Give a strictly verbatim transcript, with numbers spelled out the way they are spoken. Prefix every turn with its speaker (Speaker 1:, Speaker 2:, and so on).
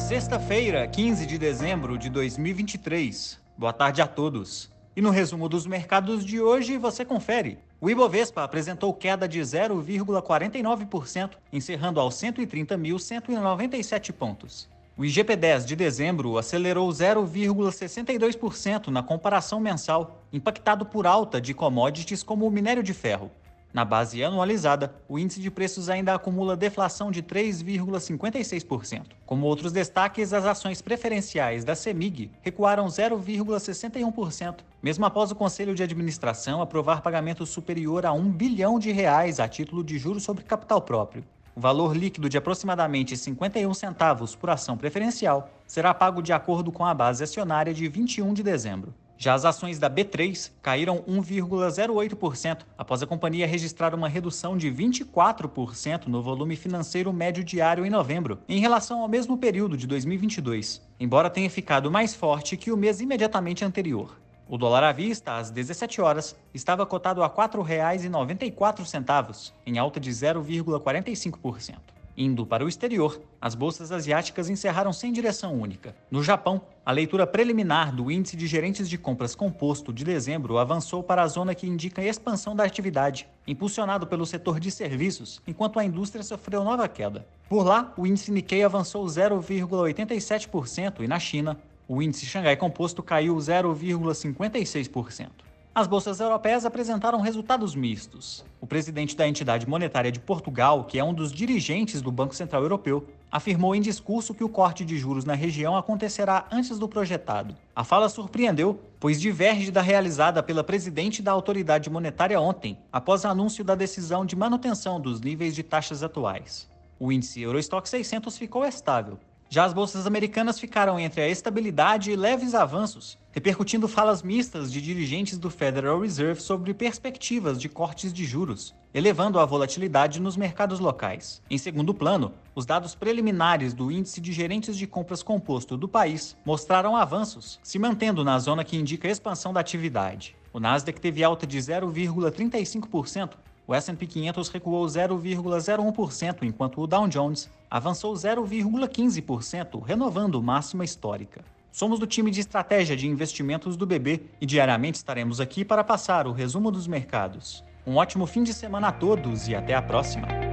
Speaker 1: Sexta-feira, quinze de dezembro de dois mil e vinte e três. Boa tarde a todos. E no resumo dos mercados de hoje você confere. O Ibovespa apresentou queda de zero vírgula quarenta e nove por cento, encerrando aos cento e trinta mil cento e noventa e sete pontos. O I G P dez de dezembro acelerou zero vírgula sessenta e dois por cento na comparação mensal, impactado por alta de commodities como o minério de ferro. Na base anualizada, o índice de preços ainda acumula deflação de três vírgula cinquenta e seis por cento. Como outros destaques, as ações preferenciais da CEMIG recuaram zero vírgula sessenta e um por cento, mesmo após o Conselho de Administração aprovar pagamento superior a um bilhão de reais a título de juros sobre capital próprio. O valor líquido de aproximadamente cinquenta e um centavos por ação preferencial será pago de acordo com a base acionária de vinte e um de dezembro. Já as ações da B três caíram um vírgula zero oito por cento após a companhia registrar uma redução de vinte e quatro por cento no volume financeiro médio diário em novembro, em relação ao mesmo período de dois mil e vinte e dois, embora tenha ficado mais forte que o mês imediatamente anterior. O dólar à vista, às dezessete horas, estava cotado a quatro reais e noventa e quatro centavos, em alta de zero vírgula quarenta e cinco por cento. Indo para o exterior, as bolsas asiáticas encerraram sem direção única. No Japão, a leitura preliminar do Índice de Gerentes de Compras Composto de dezembro avançou para a zona que indica expansão da atividade, impulsionado pelo setor de serviços, enquanto a indústria sofreu nova queda. Por lá, o índice Nikkei avançou zero vírgula oitenta e sete por cento e na China, o índice Xangai Composto caiu zero vírgula cinquenta e seis por cento. As bolsas europeias apresentaram resultados mistos. O presidente da entidade monetária de Portugal, que é um dos dirigentes do Banco Central Europeu, afirmou em discurso que o corte de juros na região acontecerá antes do projetado. A fala surpreendeu, pois diverge da realizada pela presidente da autoridade monetária ontem, após o anúncio da decisão de manutenção dos níveis de taxas atuais. O índice Eurostoxx seiscentos ficou estável. Já as bolsas americanas ficaram entre a estabilidade e leves avanços, repercutindo falas mistas de dirigentes do Federal Reserve sobre perspectivas de cortes de juros, elevando a volatilidade nos mercados locais. Em segundo plano, os dados preliminares do Índice de Gerentes de Compras Composto do país mostraram avanços, se mantendo na zona que indica expansão da atividade. O Nasdaq teve alta de zero vírgula trinta e cinco por cento, o S and P quinhentos recuou zero vírgula zero um por cento, enquanto o Dow Jones avançou zero vírgula quinze por cento, renovando máxima histórica. Somos do time de estratégia de investimentos do B B e diariamente estaremos aqui para passar o resumo dos mercados. Um ótimo fim de semana a todos e até a próxima!